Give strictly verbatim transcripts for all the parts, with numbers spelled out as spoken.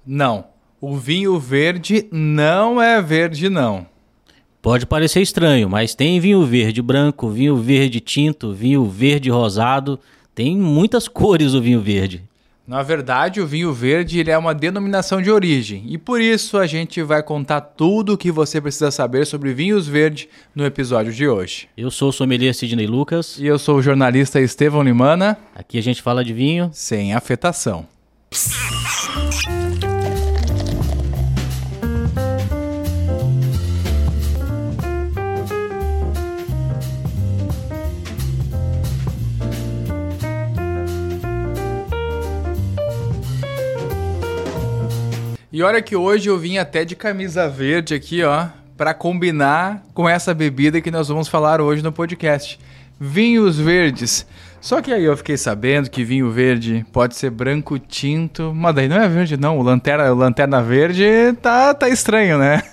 Não. O vinho verde não é verde, não. Pode parecer estranho, mas tem vinho verde branco, vinho verde tinto, vinho verde rosado. Tem muitas cores o vinho verde. Na verdade, o vinho verde ele é uma denominação de origem. E por isso a gente vai contar tudo o que você precisa saber sobre vinhos verdes no episódio de hoje. Eu sou o sommelier Sidney Lucas. E eu sou o jornalista Estevão Limana. Aqui a gente fala de vinho sem afetação. E olha que hoje eu vim até de camisa verde aqui, ó, para combinar com essa bebida que nós vamos falar hoje no podcast. Vinhos verdes. Só que aí eu fiquei sabendo que vinho verde pode ser branco tinto, mas daí não é verde não, o lanterna, o lanterna verde tá, tá estranho, né?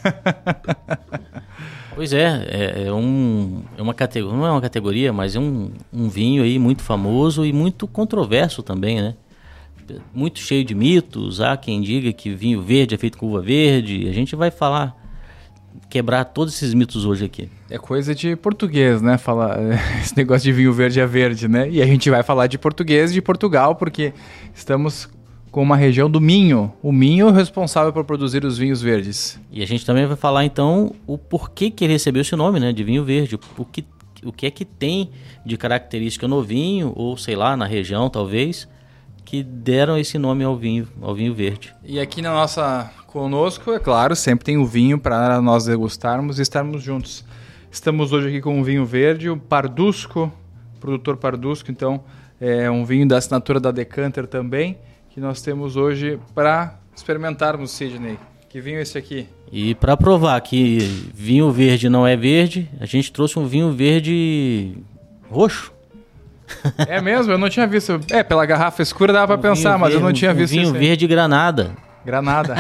Pois é, é, é, um, é uma categoria, não é uma categoria, mas é um, um vinho aí muito famoso e muito controverso também, né? Muito cheio de mitos, há quem diga que vinho verde é feito com uva verde. A gente vai falar, quebrar todos esses mitos hoje aqui. É coisa de português, né? Falar, esse negócio de vinho verde é verde, né? E a gente vai falar de português de Portugal, porque estamos com uma região do Minho. O Minho é o responsável por produzir os vinhos verdes. E a gente também vai falar então o porquê que ele recebeu esse nome, né? De vinho verde. O que, o que é que tem de característica no vinho, ou sei lá, na região talvez, que deram esse nome ao vinho, ao vinho verde. E aqui na nossa, conosco, é claro, sempre tem o vinho para nós degustarmos e estarmos juntos. Estamos hoje aqui com um vinho verde, o Pardusco, produtor Pardusco, então é um vinho da assinatura da Decanter também, que nós temos hoje para experimentarmos, Sidney. Que vinho é esse aqui? E para provar que vinho verde não é verde, a gente trouxe um vinho verde roxo. É mesmo? Eu não tinha visto. É, pela garrafa escura dava um pra pensar, mas verde, eu não tinha um visto vinho isso. Vinho verde granada. Granada.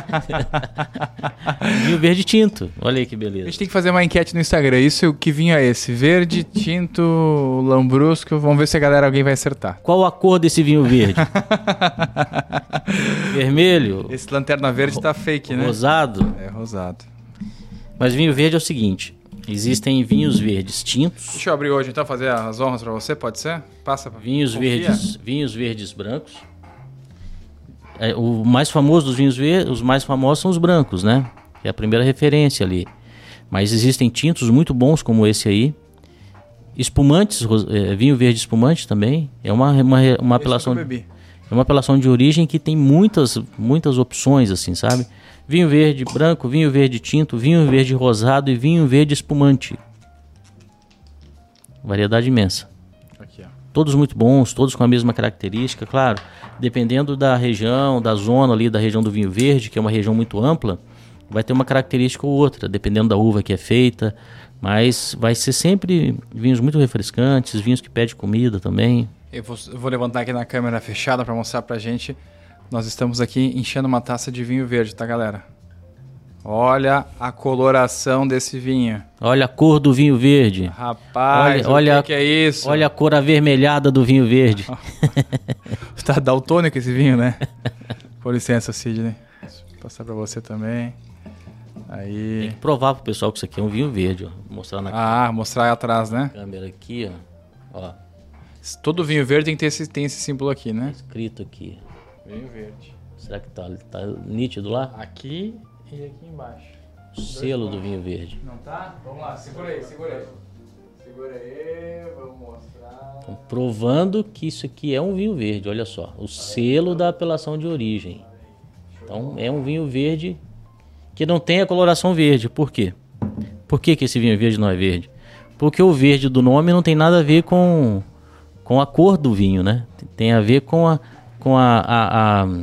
Vinho verde tinto. Olha aí que beleza. A gente tem que fazer uma enquete no Instagram. Isso, que vinho é esse? Verde, tinto, lambrusco. Vamos ver se a galera, alguém vai acertar. Qual a cor desse vinho verde? Vermelho? Esse lanterna verde tá fake, né? Rosado? É, rosado. Mas vinho verde é o seguinte. Existem vinhos verdes tintos. Deixa eu abrir hoje então, fazer as honras para você, pode ser? Passa. Vinhos verdes, vinhos verdes brancos. É, o mais famoso dos vinhos verdes, os mais famosos são os brancos, né? Que é a primeira referência ali. Mas existem tintos muito bons como esse aí. Espumantes, é, vinho verde espumante também. É uma uma, uma apelação. É uma apelação de origem que tem muitas muitas opções assim, sabe? Vinho verde branco, vinho verde tinto, vinho verde rosado e vinho verde espumante. Variedade imensa. Aqui, ó. Todos muito bons, todos com a mesma característica, claro. Dependendo da região, da zona ali, da região do vinho verde, que é uma região muito ampla, vai ter uma característica ou outra, dependendo da uva que é feita. Mas vai ser sempre vinhos muito refrescantes, vinhos que pedem comida também. Eu vou, eu vou levantar aqui na câmera fechada para mostrar pra gente. Nós estamos aqui enchendo uma taça de vinho verde, tá, galera? Olha a coloração desse vinho. Olha a cor do vinho verde. Rapaz, olha, olha, o que, que é isso? Olha a cor avermelhada do vinho verde. Tá daltônico esse vinho, né? Com licença, Sidney. Vou passar pra você também. Aí. Tem que provar pro pessoal que isso aqui é um vinho verde, ó. Vou mostrar na Ah, mostrar aí atrás, né? câmera aqui, ó. ó. Todo vinho verde tem que ter esse, tem esse símbolo aqui, né? Tá escrito aqui. Vinho verde. Será que tá, tá nítido lá? Aqui e aqui embaixo. O selo do vinho verde. Não tá? Vamos lá, segura aí, segura aí. Segura aí, vamos mostrar. Então, provando que isso aqui é um vinho verde, olha só. O selo da apelação de origem. Então é um vinho verde que não tem a coloração verde. Por quê? Por que que esse vinho verde não é verde? Porque o verde do nome não tem nada a ver com, com a cor do vinho, né? Tem a ver com a... com a, a, a,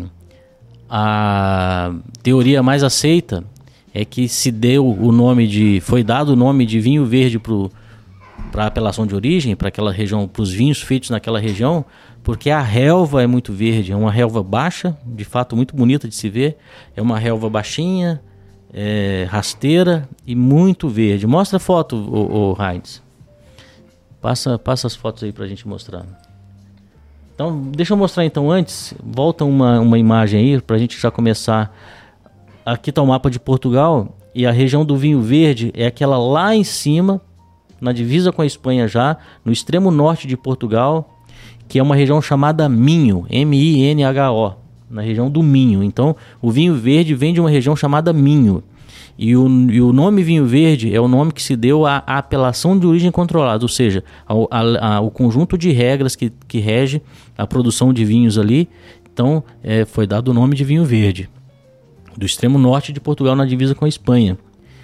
a teoria mais aceita é que se deu o nome de, foi dado o nome de vinho verde para a apelação de origem, para aquela região, para os vinhos feitos naquela região, porque a relva é muito verde, é uma relva baixa, de fato muito bonita de se ver, é uma relva baixinha, é, rasteira e muito verde. Mostra a foto, o, o Heinz. Passa, passa as fotos aí para a gente mostrar. Então, deixa eu mostrar então antes. Volta uma, uma imagem aí para a gente já começar. Aqui está o mapa de Portugal e a região do vinho verde é aquela lá em cima, na divisa com a Espanha já, no extremo norte de Portugal, que é uma região chamada Minho, M I N H O, na região do Minho. Então, o vinho verde vem de uma região chamada Minho. E o, e o nome vinho verde é o nome que se deu à, à apelação de origem controlada, ou seja, ao, a, a, o conjunto de regras que, que rege a produção de vinhos ali. Então, é, foi dado o nome de vinho verde, do extremo norte de Portugal, na divisa com a Espanha.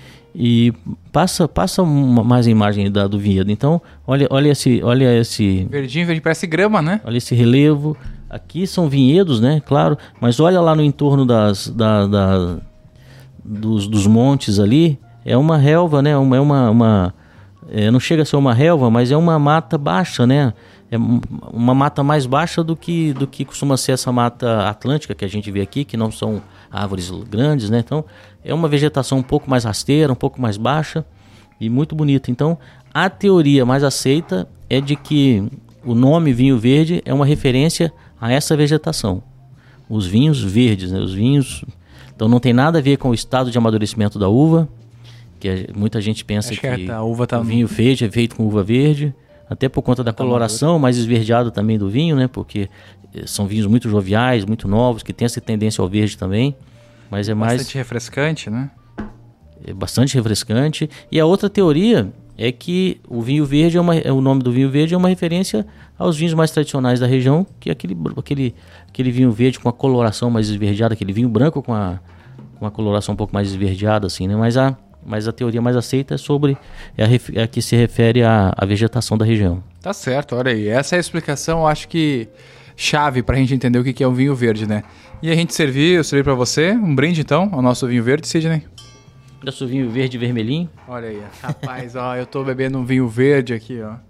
E passa, passa uma, mais a imagem da, do vinhedo. Então, olha, olha esse... Olha esse verdinho, verde, parece grama, né? Olha esse relevo. Aqui são vinhedos, né? Claro, mas olha lá no entorno das... Da, da, Dos, dos montes ali, é uma relva, né? Uma, é uma, uma é, não chega a ser uma relva, mas é uma mata baixa, né? É uma mata mais baixa do que, do que costuma ser essa mata atlântica que a gente vê aqui, que não são árvores grandes, né? Então, é uma vegetação um pouco mais rasteira, um pouco mais baixa e muito bonita. Então, a teoria mais aceita é de que o nome vinho verde é uma referência a essa vegetação. Os vinhos verdes, né? Os vinhos... Então não tem nada a ver com o estado de amadurecimento da uva, que muita gente pensa Acho que, que a uva tá o vinho verde é feito com uva verde, até por conta da tá coloração madura, mais esverdeada também do vinho, né? Porque são vinhos muito joviais, muito novos, que tem essa tendência ao verde também, mas é mais... Bastante refrescante, né? É bastante refrescante. E a outra teoria é que o vinho verde, é uma, o nome do vinho verde é uma referência aos vinhos mais tradicionais da região, que é aquele, aquele, aquele vinho verde com a coloração mais esverdeada, aquele vinho branco com a, com a coloração um pouco mais esverdeada, assim, né? Mas a, mas a teoria mais aceita é sobre é a, é a que se refere à, à vegetação da região. Tá certo, olha aí. Essa é a explicação, eu acho que chave pra gente entender o que é um vinho verde, né? E a gente servir, eu servi pra você, um brinde então, ao nosso vinho verde, Sidney. Nosso vinho verde vermelhinho. Olha aí, rapaz, ó, eu tô bebendo um vinho verde aqui, ó.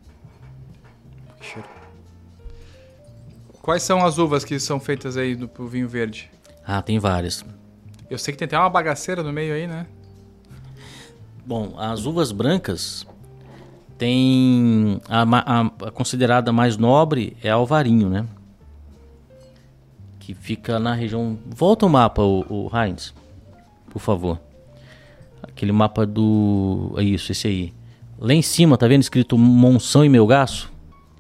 Que cheiro. Quais são as uvas que são feitas aí no pro vinho verde? Ah, tem várias. Eu sei que tem até uma bagaceira no meio aí, né? Bom, as uvas brancas tem a, a, a considerada mais nobre é a Alvarinho, né? Que fica na região... Volta o mapa, o, o Heinz, por favor. Aquele mapa do... É isso, esse aí. Lá em cima, tá vendo escrito Monção e Melgaço?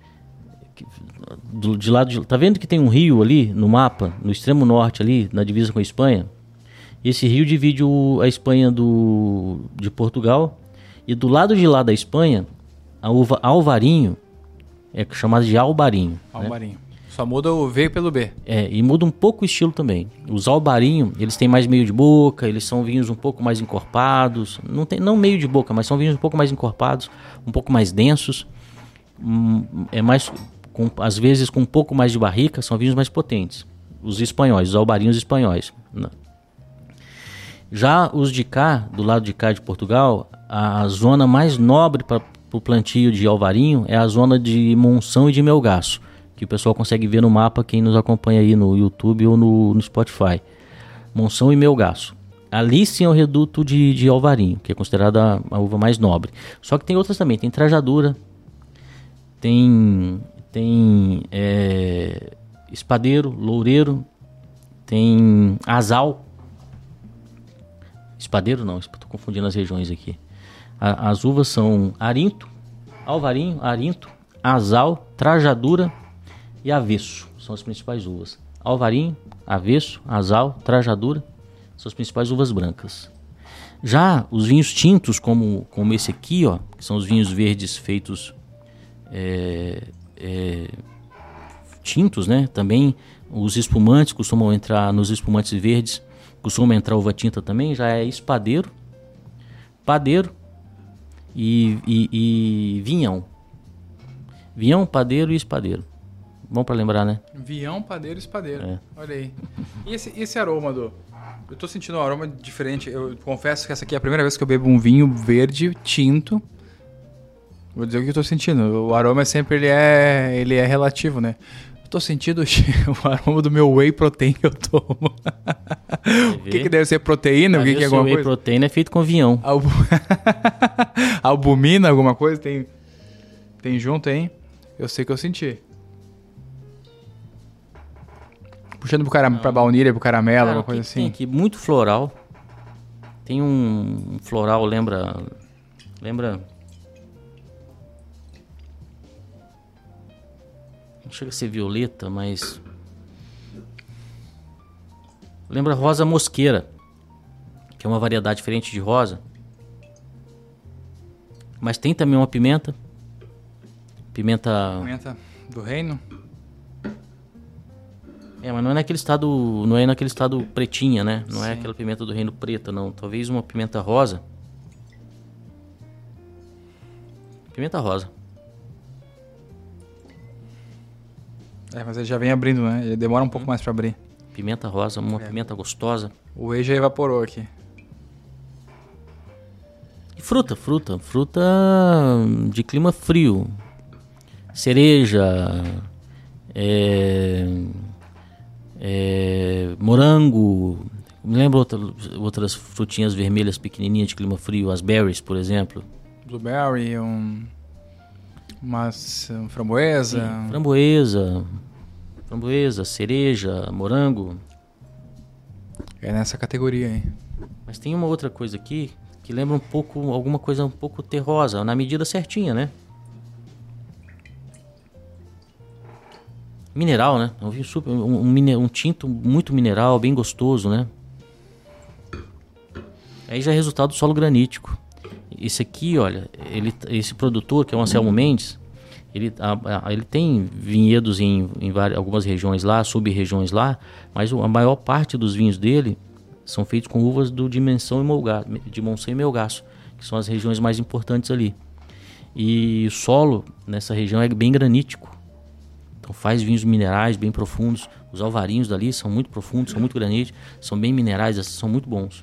Do, de lado de, tá vendo que tem um rio ali no mapa, no extremo norte ali, na divisa com a Espanha? Esse rio divide o, a Espanha do, de Portugal. E do lado de lá da Espanha, a uva Alvarinho é chamada de Albarinho. Albarinho. Né? Só muda o V pelo B. É, e muda um pouco o estilo também. Os Albarinho, eles têm mais meio de boca, eles são vinhos um pouco mais encorpados. Não, tem, não meio de boca, mas são vinhos um pouco mais encorpados, um pouco mais densos. Hum, é mais... Com, às vezes com um pouco mais de barrica, são vinhos mais potentes. Os espanhóis, os albarinhos espanhóis. Já os de cá, do lado de cá de Portugal, a zona mais nobre para o plantio de alvarinho é a zona de Monção e de Melgaço, que o pessoal consegue ver no mapa, quem nos acompanha aí no YouTube ou no, no Spotify. Monção e Melgaço. Ali sim é o reduto de, de alvarinho, que é considerada a, a uva mais nobre. Só que tem outras também, tem Trajadura, tem... Tem é, espadeiro, loureiro, tem azal. Espadeiro não, estou confundindo as regiões aqui. A, as uvas são arinto, alvarinho, arinto, azal, trajadura e avesso. São as principais uvas. Alvarinho, avesso, azal, trajadura são as principais uvas brancas. Já os vinhos tintos, como, como esse aqui, ó, que são os vinhos verdes feitos... É, É, tintos, né? Também os espumantes costumam entrar nos espumantes verdes, costuma entrar uva tinta também, já é espadeiro, padeiro e, e, e vinhão. Vinhão, padeiro e espadeiro. Bom para lembrar, né? Vinhão, padeiro e espadeiro. É. Olha aí. E esse, esse aroma, do... Eu tô sentindo um aroma diferente. Eu confesso que essa aqui é a primeira vez que eu bebo um vinho verde tinto. Vou dizer o que eu tô sentindo. O aroma é sempre ele é, ele é relativo, né? Eu tô sentindo o aroma do meu whey protein que eu tomo. O que, que deve ser proteína? Ah, o que, que é alguma whey coisa? proteína é feito com vinhão. Albu... Albumina, alguma coisa? Tem, tem junto, hein? Eu sei que eu senti. Puxando pro cara, pra baunilha, pro caramelo, Cara, alguma o que coisa que assim. tem aqui? Muito floral. Tem um, um floral, lembra... Lembra... Não chega a ser violeta, mas... Lembra rosa mosqueira, que é uma variedade diferente de rosa. Mas tem também uma pimenta. Pimenta... Pimenta do reino? É, mas não é naquele estado, não é naquele estado pretinha, né? Não Sim. é aquela pimenta do reino preta, não. Talvez uma pimenta rosa. Pimenta rosa. É, mas ele já vem abrindo, né? Ele demora um pouco mais pra abrir. Pimenta rosa, uma É. pimenta gostosa. O whey já evaporou aqui. E fruta, fruta. Fruta de clima frio. Cereja. É, é, morango. Me lembro outra, outras frutinhas vermelhas pequenininhas de clima frio. As berries, por exemplo. Blueberry, um... umas um framboesa. Sim, framboesa. Framboesa, cereja, morango. É nessa categoria aí. Mas tem uma outra coisa aqui que lembra um pouco, alguma coisa um pouco terrosa, na medida certinha, né? Mineral, né? É um vinho super, um, um, mine- um tinto muito mineral, bem gostoso, né? Aí já é resultado do solo granítico. Esse aqui, olha, ele, esse produtor, que é o Anselmo Mendes, ele, a, a, ele tem vinhedos em, em várias, algumas regiões lá, sub-regiões lá, mas a maior parte dos vinhos dele são feitos com uvas do Dimensão e Melgaço, de Monção e Melgaço, que são as regiões mais importantes ali. E o solo nessa região é bem granítico. Então faz vinhos minerais bem profundos. Os alvarinhos dali são muito profundos, são muito graníticos, são bem minerais, são muito bons.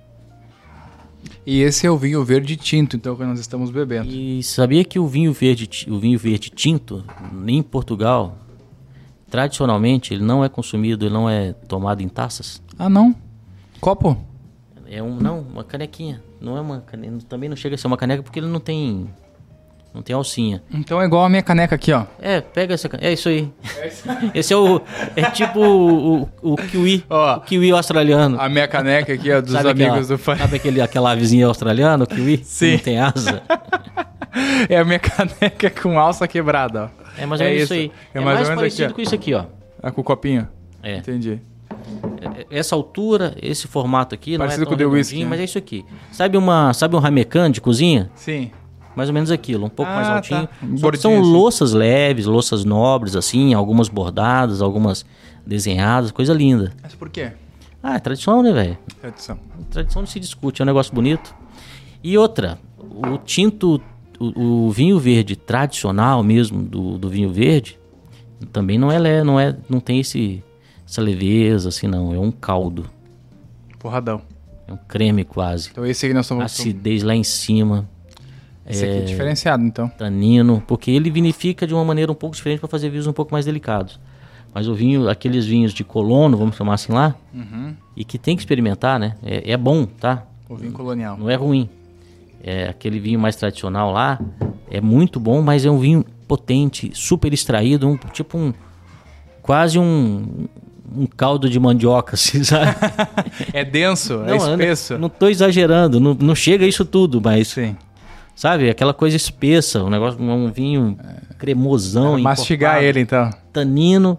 E esse é o vinho verde tinto, então, que nós estamos bebendo. E sabia que o vinho verde, o vinho verde tinto, em Portugal, tradicionalmente, ele não é consumido, ele não é tomado em taças? Ah, não? Copo? É um, não, uma canequinha. Não é uma caneca, também não chega a ser uma caneca porque ele não tem, não tem alcinha. Então é igual a minha caneca aqui, ó. É, pega essa caneca, é isso aí. Esse é o, é tipo o, o, o kiwi, Ó, o kiwi australiano. A minha caneca aqui, ó, dos Sabe amigos aquela, do pai. Sabe aquele, aquela avezinha australiana, o kiwi? Sim. Que não tem asa. É a minha caneca com alça quebrada, ó. É mais ou menos isso aí. É É, mais mais, ou menos parecido aqui, ó. com isso aqui, ó. Ah, com o copinho? É. Entendi. Essa altura, esse formato aqui, Parecido não é com tão o The Whisky, redondinho, né? mas é isso aqui. Sabe, uma, sabe um ramecan de cozinha? Sim. Mais ou menos aquilo, um pouco Ah, mais tá. altinho. Um Só que bordinho são assim. louças leves, louças nobres, assim, algumas bordadas, algumas desenhadas, coisa linda. Mas por quê? Ah, é tradição, né, velho? Tradição. Tradição não se discute, é um negócio bonito. E outra, o tinto, o, o vinho verde tradicional mesmo, do, do vinho verde, também não é, le- não é, não tem esse, essa leveza, assim, não. É um caldo, Porradão. é um creme quase. Então esse aqui nós estamos... Acidez lá em cima, Esse aqui é diferenciado, então. tanino, porque ele vinifica de uma maneira um pouco diferente para fazer vinhos um pouco mais delicados. Mas o vinho, aqueles vinhos de colono, vamos chamar assim lá, Uhum. e que tem que experimentar, né? É, é bom, tá? O vinho colonial. Não é ruim. É aquele vinho mais tradicional lá, é muito bom, mas é um vinho potente, super extraído, um, tipo um quase um, um caldo de mandioca, assim, sabe? É denso, é eu espesso. Não, não tô exagerando, não, não chega a isso tudo, mas Sim. sabe, aquela coisa espessa, um negócio, um vinho cremosão, Mastigar encorpado, ele, então. tanino,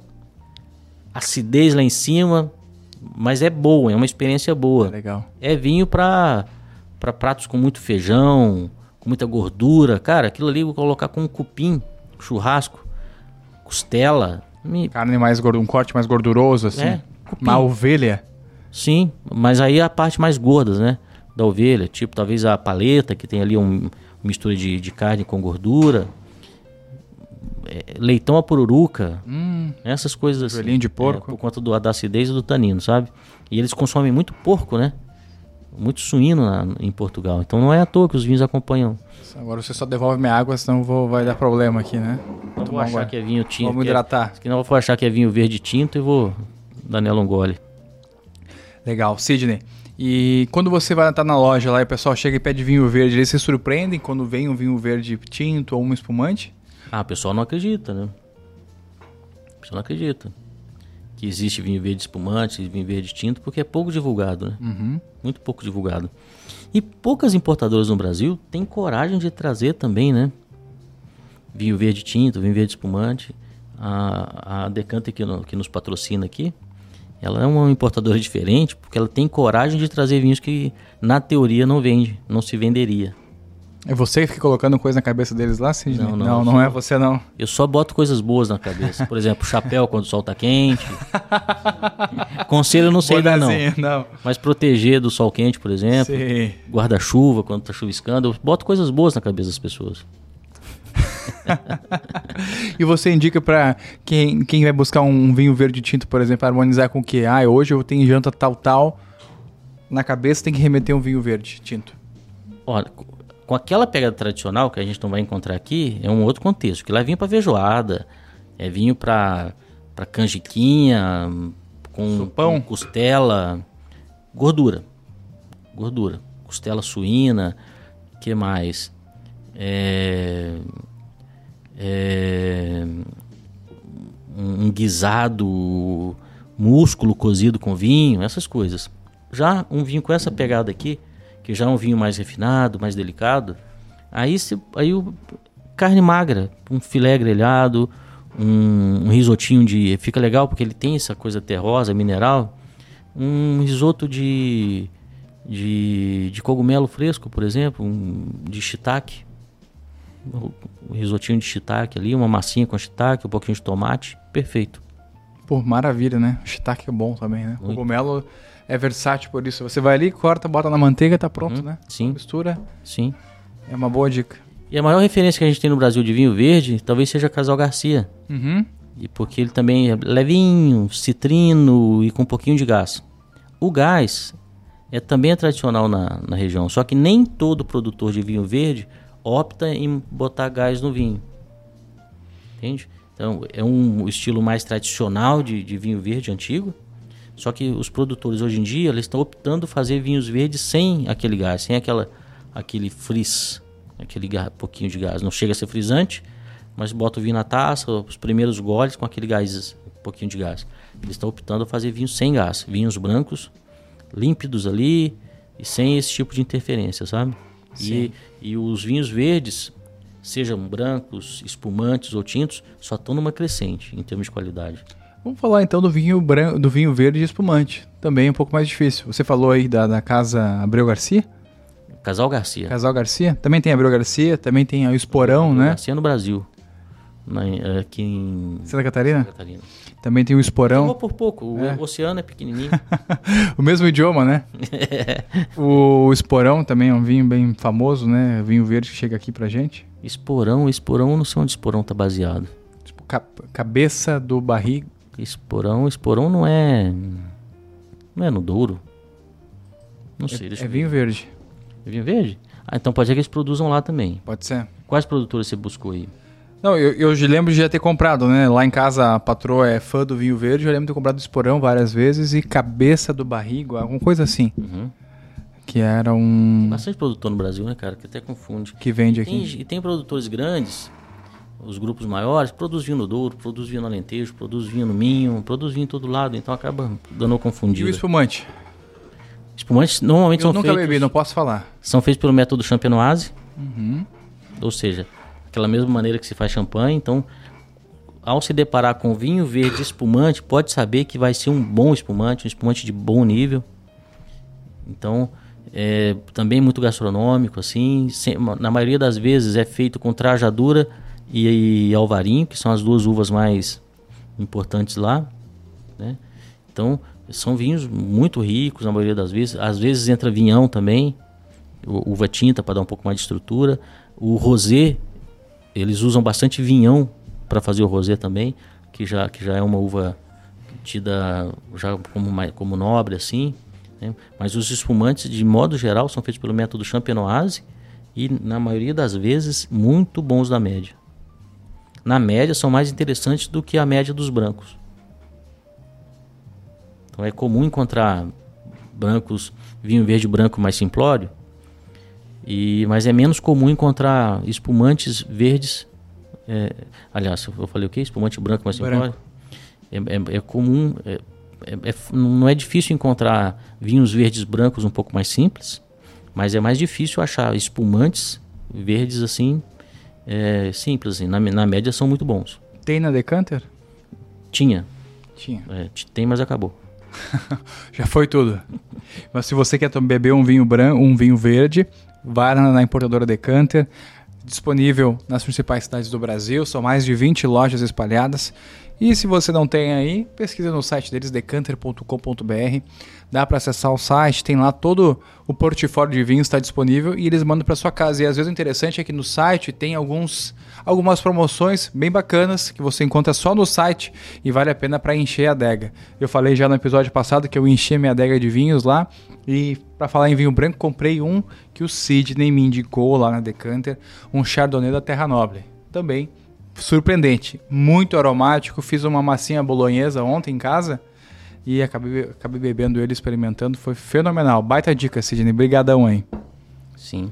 acidez lá em cima, mas é boa, é uma experiência boa. Legal. É vinho para para pratos com muito feijão, com muita gordura. Cara, aquilo ali eu vou colocar com um cupim, churrasco, costela. Me... Carne mais gordo, um corte mais gorduroso, assim. É, cupim. Uma ovelha. Sim, mas aí a parte mais gorda, né? Da ovelha, tipo talvez a paleta, que tem ali um mistura de, de carne com gordura. É, leitão à pururuca, Hum, essas coisas assim. joelhinho de porco. É, por conta do, da acidez e do tanino, sabe? E eles consomem muito porco, né? Muito suíno na, em Portugal. Então não é à toa que os vinhos acompanham. agora você só devolve minha água, senão vou, vai dar problema aqui, né? Não vou tomar um achar gole. que é vinho tinto. Vamos que é- hidratar. Senão eu vou achar que é vinho verde tinto e vou dar nela um gole. Legal. Sidney, e quando você vai estar na loja lá e o pessoal chega e pede vinho verde, eles se surpreendem quando vem um vinho verde tinto ou um espumante? Ah, o pessoal não acredita, né? O pessoal não acredita. que existe vinho verde espumante, vinho verde tinto, porque é pouco divulgado, né? Uhum. Muito pouco divulgado. E poucas importadoras no Brasil têm coragem de trazer também, né? Vinho verde tinto, vinho verde espumante. A, a Decanter que, no, que nos patrocina aqui, ela é uma importadora diferente, porque ela tem coragem de trazer vinhos que, na teoria, não vende, não se venderia. É você que fica colocando coisa na cabeça deles lá, Sidney? Não, não, não, não sou... é você não. Eu só boto coisas boas na cabeça. Por exemplo, chapéu quando o sol tá quente. Conselho eu não sei dar, não. não. Mas proteger do sol quente, por exemplo. Sim. Guarda-chuva quando tá chuviscando. Eu boto coisas boas na cabeça das pessoas. E você indica pra quem, quem vai buscar um vinho verde tinto, por exemplo, harmonizar com o quê? Ah, hoje eu tenho janta tal, tal. Na cabeça tem que remeter um vinho verde tinto. Olha, com aquela pegada tradicional que a gente não vai encontrar aqui, é um outro contexto. Que lá é vinho pra feijoada, é vinho pra, pra canjiquinha, com, com costela, gordura. Gordura. Costela suína, o que mais? É... É, um guisado, músculo cozido com vinho, essas coisas. Já um vinho com essa pegada aqui, que já é um vinho mais refinado, mais delicado, aí, se, aí o, carne magra, um filé grelhado, um, um risotinho de... Fica legal porque ele tem essa coisa terrosa, mineral. Um risoto de, de, de cogumelo fresco, por exemplo, um, de shiitake. Um risotinho de shiitake ali, uma massinha com shiitake, um pouquinho de tomate, perfeito. Pô, maravilha, né? O shiitake é bom também, né? O cogumelo é versátil por isso. Você vai ali, corta, bota na manteiga, tá pronto, uhum, né? Sim. Mistura. Sim. É uma boa dica. E a maior referência que a gente tem no Brasil de vinho verde, talvez seja Casal Garcia. Uhum. E porque ele também é levinho, citrino e com um pouquinho de gás. O gás é também é tradicional na, na região, só que nem todo produtor de vinho verde opta em botar gás no vinho, entende? Então é um estilo mais tradicional de, de vinho verde antigo, só que os produtores hoje em dia eles estão optando fazer vinhos verdes sem aquele gás, sem aquela, aquele frizz, aquele gás, pouquinho de gás, não chega a ser frisante, mas bota o vinho na taça, os primeiros goles com aquele gás, um pouquinho de gás. Eles estão optando a fazer vinhos sem gás, vinhos brancos, límpidos ali e sem esse tipo de interferência, sabe? E, e os vinhos verdes, sejam brancos, espumantes ou tintos, só estão numa crescente em termos de qualidade. Vamos falar então do vinho branco, do vinho verde espumante. Também é um pouco mais difícil. Você falou aí da, da casa Abreu Garcia? Casal Garcia. Casal Garcia. Também tem Abreu Garcia, também tem o Esporão, Abreu né? Garcia no Brasil. Na, aqui em Santa Catarina? Santa Catarina. Também tem o Esporão. Vou por pouco, o é. oceano é pequenininho. O mesmo idioma, né? O Esporão também é um vinho bem famoso, né? Vinho verde que chega aqui pra gente. Esporão, Esporão, não sei onde Esporão tá baseado. Tipo, cabeça do barrigo. Esporão, Esporão não é... Não é no Douro? Não sei. É, é vinho verde. É vinho verde? Ah, então pode ser que eles produzam lá também. Pode ser. Quais produtores você buscou aí? Não, eu, eu lembro de já ter comprado, né? Lá em casa a patroa é fã do vinho verde, eu lembro de ter comprado Esporão várias vezes e cabeça do barrigo, alguma coisa assim. Uhum. Que era um... Tem bastante produtor no Brasil, né, cara? Que até confunde. Que vende e aqui. Tem, e tem produtores grandes, os grupos maiores, produz vinho no Douro, produz vinho no Alentejo, produz vinho no Minho, produz vinho em todo lado, então acaba dando uma confundida. E o espumante? Espumantes normalmente eu são nunca feitos... bebi, não posso falar. São feitos pelo método Champenoise, uhum. Ou seja, aquela mesma maneira que se faz champanhe. Então, ao se deparar com vinho verde espumante, pode saber que vai ser um bom espumante, um espumante de bom nível. Então, é também muito gastronômico, assim. Sem, na maioria das vezes é feito com trajadura e, e alvarinho, que são as duas uvas mais importantes lá, né? Então, são vinhos muito ricos na maioria das vezes. Às vezes entra vinhão também, uva tinta para dar um pouco mais de estrutura. O rosé, eles usam bastante vinhão para fazer o rosé também, que já, que já é uma uva tida já como, como nobre, assim, né? Mas os espumantes, de modo geral, são feitos pelo método Champenoise e, na maioria das vezes, muito bons na média. Na média, são mais interessantes do que a média dos brancos. Então é comum encontrar brancos, vinho verde branco mais simplório, e, mas é menos comum encontrar espumantes verdes. É, aliás, eu falei o quê? Espumante branco mais simplório? É, é, é comum, é, é, é, não é difícil encontrar vinhos verdes brancos um pouco mais simples, mas é mais difícil achar espumantes verdes assim, é, simples, assim, na, na média são muito bons. Tem na Decanter? Tinha. Tinha. É, tem, mas acabou. Já foi tudo. Mas se você quer beber um vinho branco, um vinho verde, vai na, na importadora Decanter, disponível nas principais cidades do Brasil, são mais de vinte lojas espalhadas. E se você não tem aí, pesquisa no site deles, decanter ponto com ponto b r. Dá para acessar o site, tem lá todo o portfólio de vinhos, está disponível e eles mandam para sua casa. E às vezes o interessante é que no site tem alguns, algumas promoções bem bacanas que você encontra só no site e vale a pena para encher a adega. Eu falei já no episódio passado que eu enchi minha adega de vinhos lá e para falar em vinho branco, comprei um que o Sidney me indicou lá na Decanter, um Chardonnay da Terra Noble. Também surpreendente, muito aromático. Fiz uma massinha bolonhesa ontem em casa e acabei, acabei bebendo ele, experimentando, foi fenomenal. Baita dica, Sidney, brigadão aí. Sim,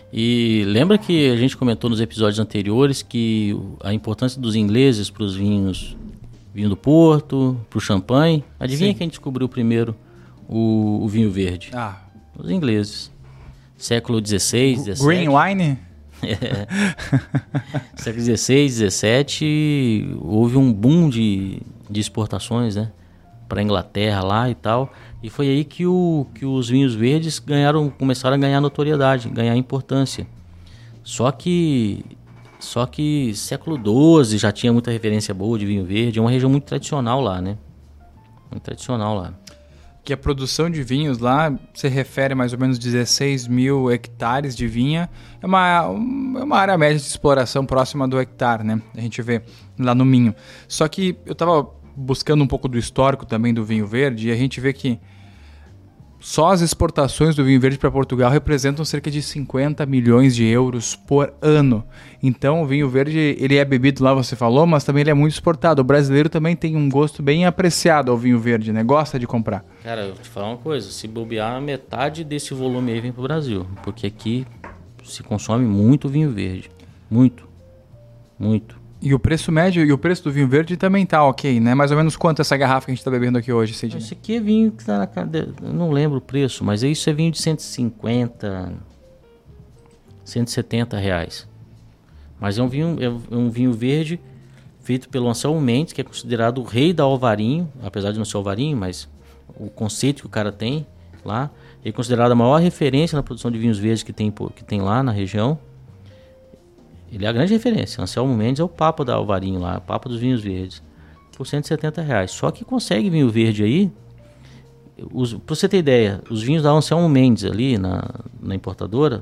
e lembra que a gente comentou nos episódios anteriores que a importância dos ingleses para os vinhos, vinho do Porto, para o champanhe. Adivinha Sim. quem descobriu primeiro o, o vinho verde? Ah. Os ingleses, século dezesseis, dezessete. Green wine? É. século dezesseis, dezessete, houve um boom de, de exportações, né, para a Inglaterra lá e tal, e foi aí que, o, que os vinhos verdes ganharam, começaram a ganhar notoriedade, ganhar importância. Só que, só que século doze já tinha muita referência boa de vinho verde, é uma região muito tradicional lá, né, muito tradicional lá. Que a produção de vinhos lá se refere a mais ou menos dezesseis mil hectares de vinha. É uma, um, é uma área média de exploração próxima do hectare, né? A gente vê lá no Minho. Só que eu estava buscando um pouco do histórico também do vinho verde e a gente vê que só as exportações do vinho verde para Portugal representam cerca de cinquenta milhões de euros por ano. Então o vinho verde, ele é bebido lá, você falou, mas também ele é muito exportado. O brasileiro também tem um gosto bem apreciado ao vinho verde, né? Gosta de comprar. Cara, eu vou te falar uma coisa, se bobear, metade desse volume aí vem pro Brasil, porque aqui se consome muito vinho verde. Muito. Muito. E o preço médio e o preço do vinho verde também tá ok, né? Mais ou menos quanto essa garrafa que a gente tá bebendo aqui hoje, Sidney? Esse aqui é vinho que tá na cadeia, eu não lembro o preço, mas isso é vinho de cento e cinquenta, cento e setenta reais. Mas é um vinho, é um vinho verde feito pelo Anselmo Mendes, que é considerado o rei da Alvarinho, apesar de não ser Alvarinho, mas o conceito que o cara tem lá, ele é considerado a maior referência na produção de vinhos verdes que tem, que tem lá na região. Ele é a grande referência. Anselmo Mendes é o papa da Alvarinho lá, o papa dos vinhos verdes, por cento e setenta reais. Só que consegue vinho verde aí, para você ter ideia, os vinhos da Anselmo Mendes ali na, na importadora,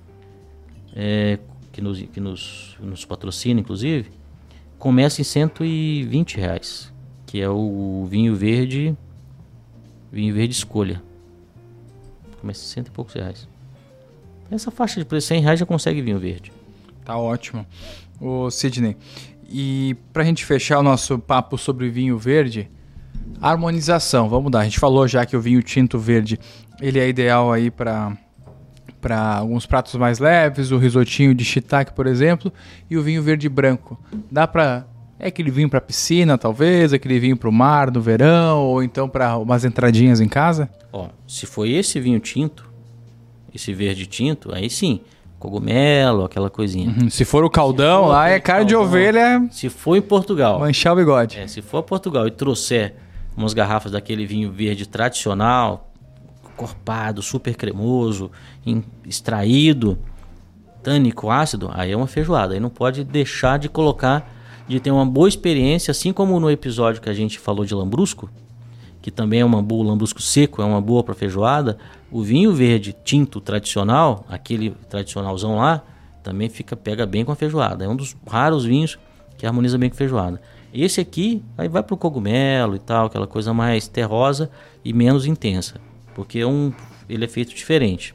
é, que, nos, que nos, nos patrocina inclusive, começa em cento e vinte reais, que é o vinho verde, vinho verde escolha. Começa em cento e poucos reais. Essa faixa de preço, cem reais já consegue vinho verde. Tá ótimo. Ô Sidney, e pra gente fechar o nosso papo sobre vinho verde, harmonização, vamos dar. A gente falou já que o vinho tinto verde, ele é ideal aí para para alguns pratos mais leves, o risotinho de shiitake, por exemplo, e o vinho verde branco. Dá para é aquele vinho para piscina, talvez, aquele vinho para o mar no verão, ou então para umas entradinhas em casa? Ó, se for esse vinho tinto, esse verde tinto, aí sim, cogumelo, aquela coisinha. Uhum. Se for o caldão, for lá é carne de ovelha. Se for em Portugal. Manchar o bigode. É, se for a Portugal e trouxer umas garrafas daquele vinho verde tradicional, corpado, super cremoso, em, extraído, tânico, ácido, aí é uma feijoada. Aí não pode deixar de colocar, de ter uma boa experiência, assim como no episódio que a gente falou de lambrusco, que também é uma boa, lambrusco seco, é uma boa para feijoada. O vinho verde tinto tradicional, aquele tradicionalzão lá, também fica, pega bem com a feijoada. É um dos raros vinhos que harmoniza bem com a feijoada. Esse aqui, aí vai pro cogumelo e tal, aquela coisa mais terrosa e menos intensa, porque é um, ele é feito diferente.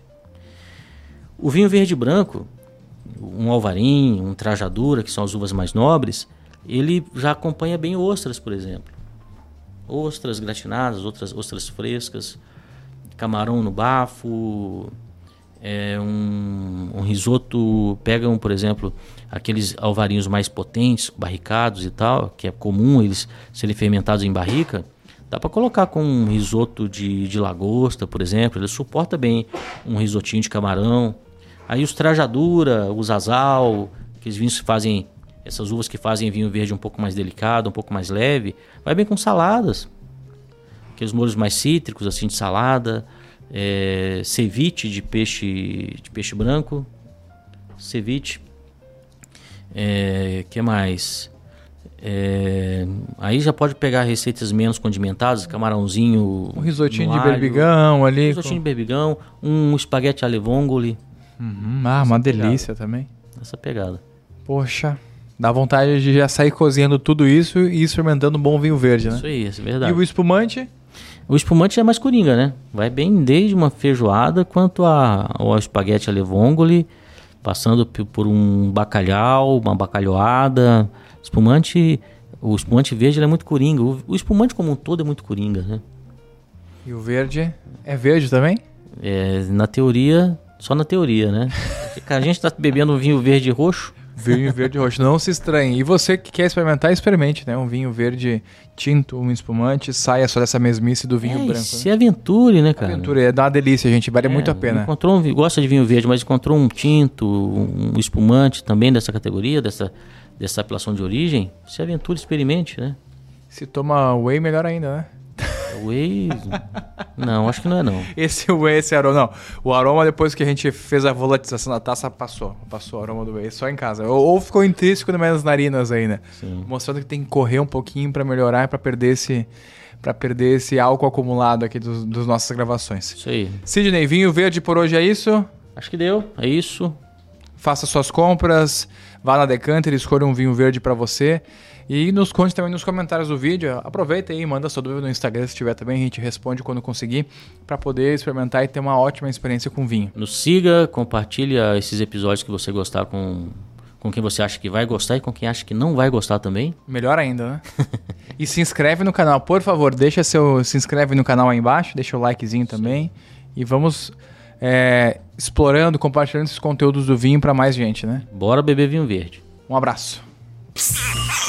O vinho verde branco, um alvarim, um trajadura, que são as uvas mais nobres, ele já acompanha bem ostras, por exemplo. Ostras gratinadas, outras ostras frescas, camarão no bafo, É um, um risoto, pegam, por exemplo, aqueles alvarinhos mais potentes, barricados e tal, que é comum eles serem fermentados em barrica. Dá para colocar com um risoto de, de lagosta, por exemplo. Ele suporta bem um risotinho de camarão. Aí os trajadura, os azal, aqueles vinhos que fazem, essas uvas que fazem vinho verde um pouco mais delicado, um pouco mais leve, vai bem com saladas. Aqueles molhos mais cítricos, assim, de salada. É, ceviche de peixe, de peixe branco. Ceviche. É, que mais? É, aí já pode pegar receitas menos condimentadas, camarãozinho, um risotinho de alho, berbigão ali. Um risotinho com... de berbigão, um espaguete alle vongole. Uhum, ah, uma delícia também. Essa pegada. Poxa, dá vontade de já sair cozinhando tudo isso e experimentando um bom vinho verde, né? Isso aí, isso é verdade. E o espumante? O espumante é mais coringa, né? Vai bem desde uma feijoada quanto a, ao espaguete alle vongole, passando por um bacalhau, uma bacalhoada. Espumante, o espumante verde ele é muito coringa. O, o espumante como um todo é muito coringa, né? E o verde é verde também? É, na teoria, só na teoria, né? A gente tá bebendo um vinho verde roxo. Vinho verde roxo, não se estranhe. E você que quer experimentar, experimente, né? Um vinho verde tinto, um espumante, saia só dessa mesmice do vinho é, branco. Se né? aventure, né, cara? Aventure, é uma delícia, gente, vale é, muito a pena. Encontrou um, gosta de vinho verde, mas encontrou um tinto, um espumante também dessa categoria, dessa, dessa apelação de origem, se aventure, experimente, né? Se toma whey, melhor ainda, né? Whey? Não, acho que não é não. Esse whey, esse aroma, não. O aroma, depois que a gente fez a volatilização da taça, passou. Passou o aroma do whey, só em casa. Ou, ou ficou intrínseco nas narinas aí, né? Sim. Mostrando que tem que correr um pouquinho pra melhorar, pra perder esse, pra perder esse álcool acumulado aqui dos, dos nossas gravações. Isso aí. Sidney, vinho verde por hoje é isso? Acho que deu, é isso. Faça suas compras, vá na Decanter, escolha um vinho verde pra você. E nos conte também nos comentários do vídeo. Aproveita aí, manda sua dúvida no Instagram se tiver também. A gente responde quando conseguir para poder experimentar e ter uma ótima experiência com vinho. Nos siga, compartilha esses episódios que você gostar com, com quem você acha que vai gostar e com quem acha que não vai gostar também. Melhor ainda, né? E se inscreve no canal, por favor. Deixa seu, se inscreve no canal aí embaixo, deixa o likezinho também. E vamos é, explorando, compartilhando esses conteúdos do vinho para mais gente, né? Bora beber vinho verde. Um abraço.